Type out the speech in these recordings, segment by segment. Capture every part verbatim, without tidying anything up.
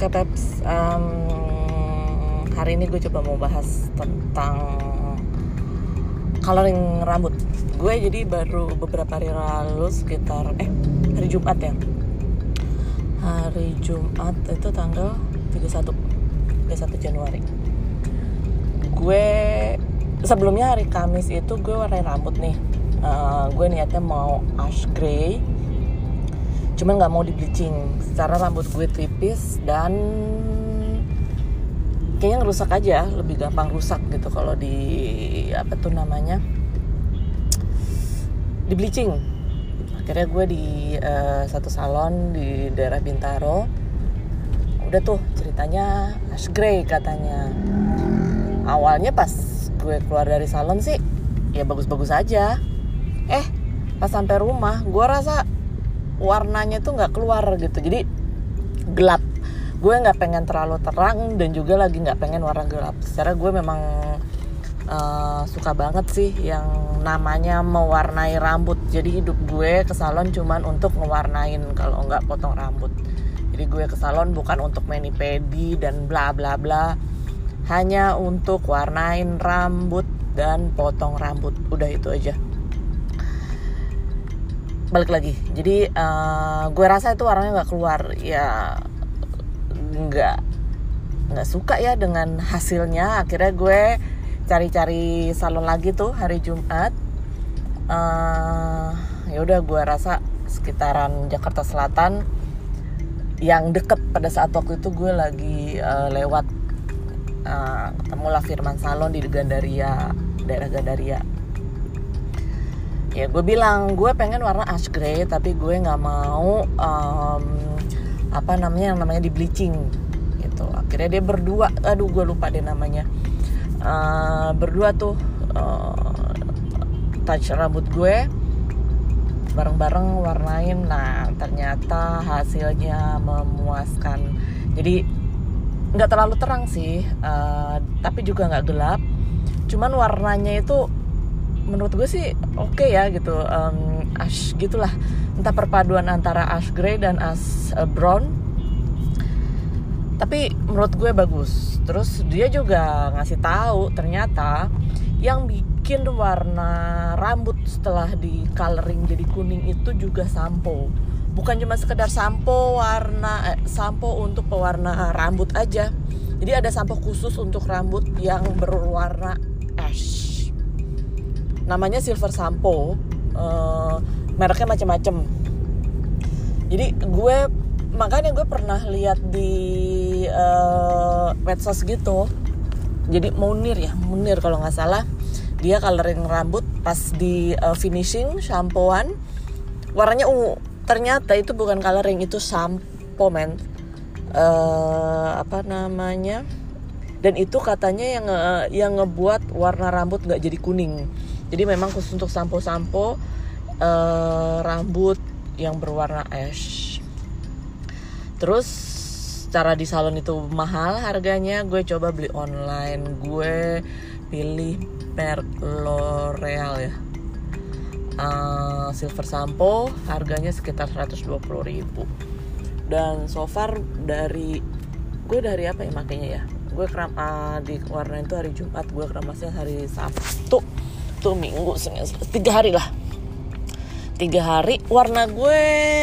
Oke Peps, um, hari ini gue coba mau bahas tentang coloring rambut. Gue jadi baru beberapa hari lalu sekitar eh hari Jumat ya. Hari Jumat itu tanggal tiga puluh satu Januari. Gue sebelumnya hari Kamis itu gue warnain rambut nih. Uh, gue niatnya mau ash grey, cuman nggak mau di bleaching. Secara rambut gue tipis dan kayaknya ngerusak aja, lebih gampang rusak gitu kalau di apa tuh namanya di bleaching. Akhirnya gue di uh, satu salon di daerah Bintaro, udah tuh ceritanya ash grey katanya. Awalnya pas gue keluar dari salon sih ya bagus-bagus aja. Eh pas sampai rumah gue rasa warnanya tuh nggak keluar gitu, jadi gelap. Gue nggak pengen terlalu terang dan juga lagi nggak pengen warna gelap. Secara gue memang uh, suka banget sih yang namanya mewarnai rambut. Jadi hidup gue ke salon cuman untuk ngewarnain, kalau nggak potong rambut. Jadi gue ke salon bukan untuk mani pedi dan bla bla bla, hanya untuk warnain rambut dan potong rambut. Udah itu aja. Balik lagi, jadi uh, gue rasa itu warnanya nggak keluar, ya nggak nggak suka ya dengan hasilnya. Akhirnya gue cari-cari salon lagi tuh hari Jumat. Uh, ya udah gue rasa sekitaran Jakarta Selatan yang deket. Pada saat waktu itu gue lagi uh, lewat, uh, ketemulah Firman Salon di Gandaria, daerah Gandaria. Ya gue bilang gue pengen warna ash grey, tapi gue nggak mau um, apa namanya yang namanya di bleaching gitu. Akhirnya dia berdua, aduh gue lupa deh namanya, uh, berdua tuh uh, touch rambut gue bareng-bareng warnain. Nah ternyata hasilnya memuaskan. Jadi nggak terlalu terang sih, uh, tapi juga nggak gelap. Cuman warnanya itu menurut gue sih oke okay ya gitu, um, ash gitulah, entah perpaduan antara ash grey dan ash uh, brown, tapi menurut gue bagus. Terus dia juga ngasih tahu ternyata yang bikin warna rambut setelah di coloring jadi kuning itu juga sampo, bukan cuma sekedar sampo warna eh, sampo untuk pewarna rambut aja. Jadi ada sampo khusus untuk rambut yang berwarna ash, namanya Silver Sampo, uh, mereknya macam-macam. Jadi gue makanya gue pernah lihat di uh, medsos gitu. Jadi Munir ya, Munir kalau nggak salah, dia coloring rambut pas di uh, finishing shampooan warnanya ungu. Ternyata itu bukan coloring, itu sampo men. Uh, apa namanya? Dan itu katanya yang uh, yang ngebuat warna rambut nggak jadi kuning. Jadi memang khusus untuk sampo-sampo uh, rambut yang berwarna ash. Terus cara di salon itu mahal harganya. Gue coba beli online. Gue pilih merek L'Oreal ya, uh, Silver Sampo, harganya sekitar seratus dua puluh ribu. Dan so far dari gue dari apa ya makanya ya, gue keram uh, di warna itu hari Jumat, gue keramasnya hari Sabtu tuh, minggu tiga hari lah tiga hari warna gue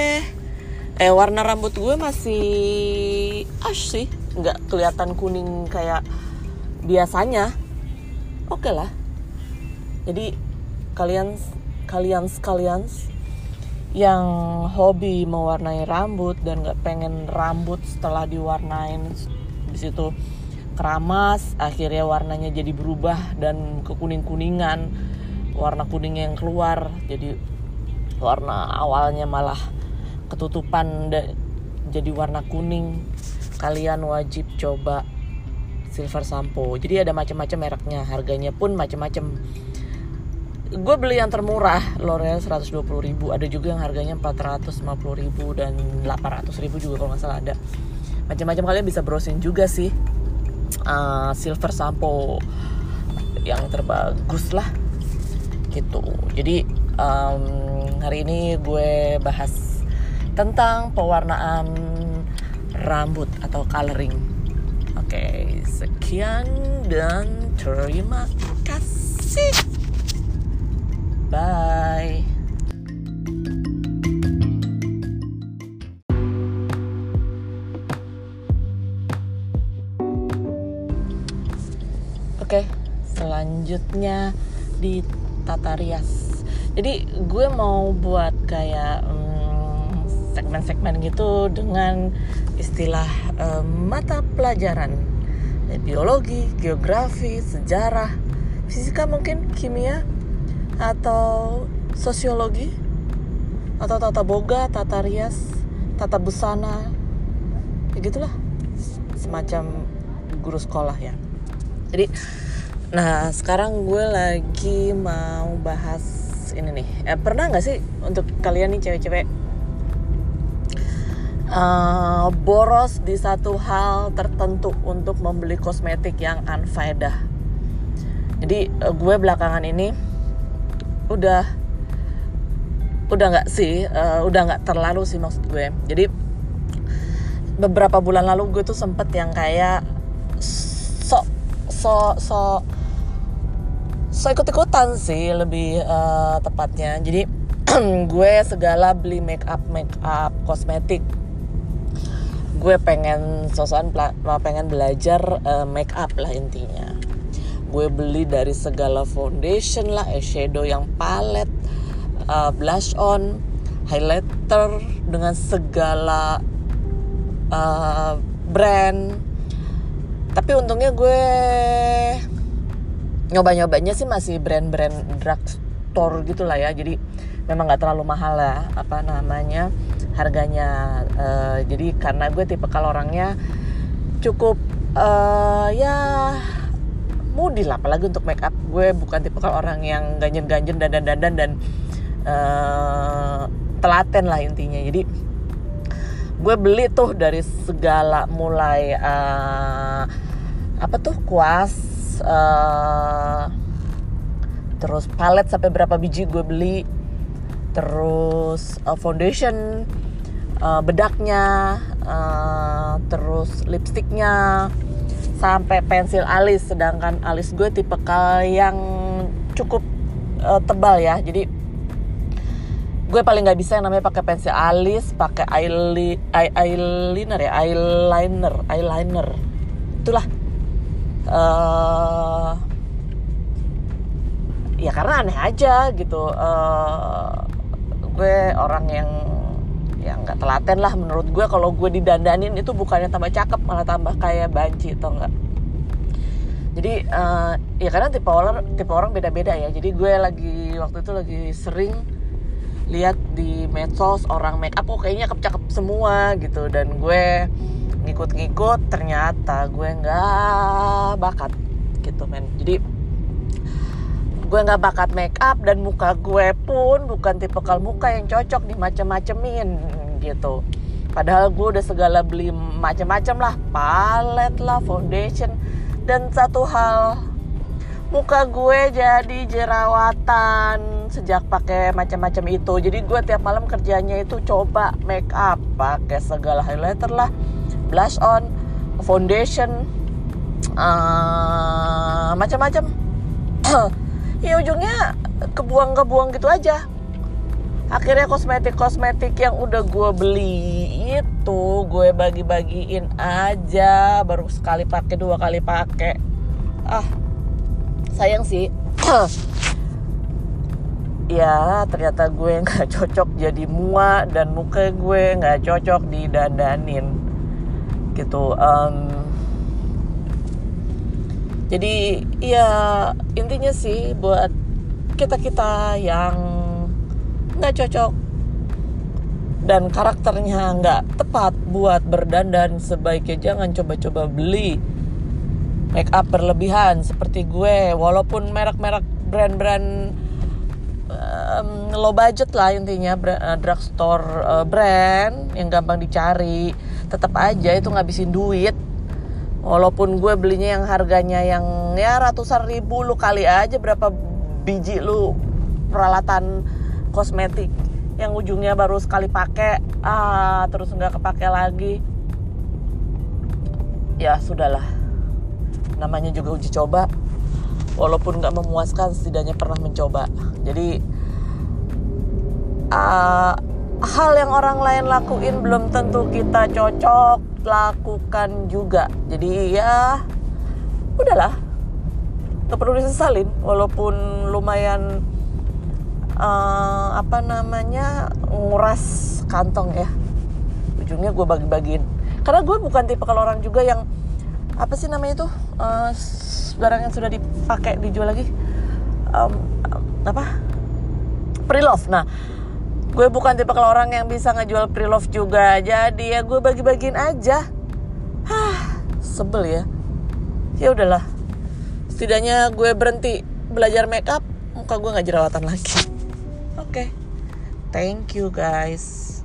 eh warna rambut gue masih ash sih, nggak kelihatan kuning kayak biasanya. Oke okay lah. Jadi kalian kalian sekalian yang hobi mewarnai rambut dan nggak pengen rambut setelah diwarnain di situ keramas, akhirnya warnanya jadi berubah dan kekuning-kuningan, warna kuningnya yang keluar, jadi warna awalnya malah ketutupan dan jadi warna kuning. Kalian wajib coba Silver Sampo. Jadi ada macam-macam mereknya, harganya pun macam-macam. Gue beli yang termurah L'Oreal seratus dua puluh ribu, ada juga yang harganya empat ratus lima puluh ribu dan delapan ratus ribu juga kalau nggak salah ada. Macam-macam, kalian bisa browsing juga sih. Uh, Silver Sampo yang terbagus lah gitu. Jadi um, hari ini gue bahas tentang pewarnaan rambut atau coloring. Oke, sekian dan terima kasih. Bye. Oke, selanjutnya di tata rias. Jadi gue mau buat kayak hmm, segmen-segmen gitu dengan istilah um, mata pelajaran, biologi, geografi, sejarah, fisika mungkin, kimia, atau sosiologi, atau tata boga, tata rias, tata busana, ya gitulah, semacam guru sekolah ya. Jadi, nah sekarang gue lagi mau bahas ini nih. Eh, pernah nggak sih untuk kalian nih cewek-cewek uh, boros di satu hal tertentu untuk membeli kosmetik yang unfaedah? Jadi uh, gue belakangan ini udah udah nggak sih, uh, udah nggak terlalu sih maksud gue. Jadi beberapa bulan lalu gue tuh sempet yang kayak sok so so so ikut-ikutan sih lebih uh, tepatnya. Jadi gue segala beli make up make up kosmetik. Gue pengen sosokan pengen belajar uh, make up lah intinya. Gue beli dari segala foundation lah, eyeshadow yang palette, uh, blush on, highlighter dengan segala uh, brand. Tapi untungnya gue nyoba-nyobanya sih masih brand-brand drugstore gitu lah ya. Jadi memang gak terlalu mahal lah apa namanya harganya. uh, Jadi karena gue tipe kalau orangnya cukup uh, ya moody lah, apalagi untuk make up. Gue bukan tipe kalau orang yang ganjen-ganjen dandan-dandan dan uh, telaten lah intinya. Jadi gue beli tuh dari segala mulai uh, apa tuh kuas, uh, terus palette sampai berapa biji gue beli, terus uh, foundation, uh, bedaknya, uh, terus lipstiknya, sampai pensil alis. Sedangkan alis gue tipe yang cukup uh, tebal ya, jadi gue paling nggak bisa yang namanya pakai pensil alis, pakai eyeli, eye, eyeliner ya, eyeliner, eyeliner, itulah. Uh, ya karena aneh aja gitu. Uh, gue orang yang yang nggak telaten lah menurut gue. Kalau gue didandanin itu bukannya tambah cakep, malah tambah kayak banci atau enggak. Jadi uh, ya karena tipe orang tipe orang beda-beda ya. Jadi gue lagi waktu itu lagi sering lihat di medsos orang make up, oh kayaknya cakep-cakep semua gitu, dan gue ngikut-ngikut, ternyata gue nggak bakat gitu men. Jadi gue nggak bakat make up, dan muka gue pun bukan tipikal muka yang cocok dimacem-macemin gitu. Padahal gue udah segala beli macem-macem lah, palette lah, foundation, dan satu hal, muka gue jadi jerawatan sejak pakai macam-macam itu. Jadi gue tiap malam kerjanya itu coba make up, pakai segala highlighter lah, blush on, foundation, uh, macam-macam. Ya ujungnya kebuang-kebuang gitu aja. Akhirnya kosmetik-kosmetik yang udah gue beli itu gue bagi-bagiin aja, baru sekali pakai, dua kali pakai. Ah, sayang sih. Ya ternyata gue gak cocok jadi mua, dan muka gue gak cocok didandanin gitu. um, Jadi ya intinya sih buat kita-kita yang gak cocok dan karakternya gak tepat buat berdandan, sebaiknya jangan coba-coba beli make up berlebihan seperti gue. Walaupun merek-merek brand-brand um, low budget lah intinya, brand, uh, drugstore uh, brand yang gampang dicari, tetap aja itu ngabisin duit. Walaupun gue belinya yang harganya yang ya ratusan ribu, lu kali aja berapa biji lu peralatan kosmetik yang ujungnya baru sekali pakai, ah terus nggak kepake lagi. ya sudahlah, namanya juga uji coba, walaupun nggak memuaskan setidaknya pernah mencoba. Jadi uh, hal yang orang lain lakuin belum tentu kita cocok lakukan juga. Jadi ya udahlah, nggak perlu disesalin, walaupun lumayan uh, apa namanya nguras kantong ya. Ujungnya gue bagi-bagiin, karena gue bukan tipe kalau orang juga yang apa sih namanya tuh uh, barang yang sudah dipakai dijual lagi um, apa pre-love. Nah, gue bukan tipe kalau orang yang bisa ngejual pre-love juga, jadi ya gue bagi-bagiin aja. Hah, sebel ya. Ya udahlah, setidaknya gue berhenti belajar makeup, muka gue nggak jerawatan lagi. Oke, okay. Thank you guys.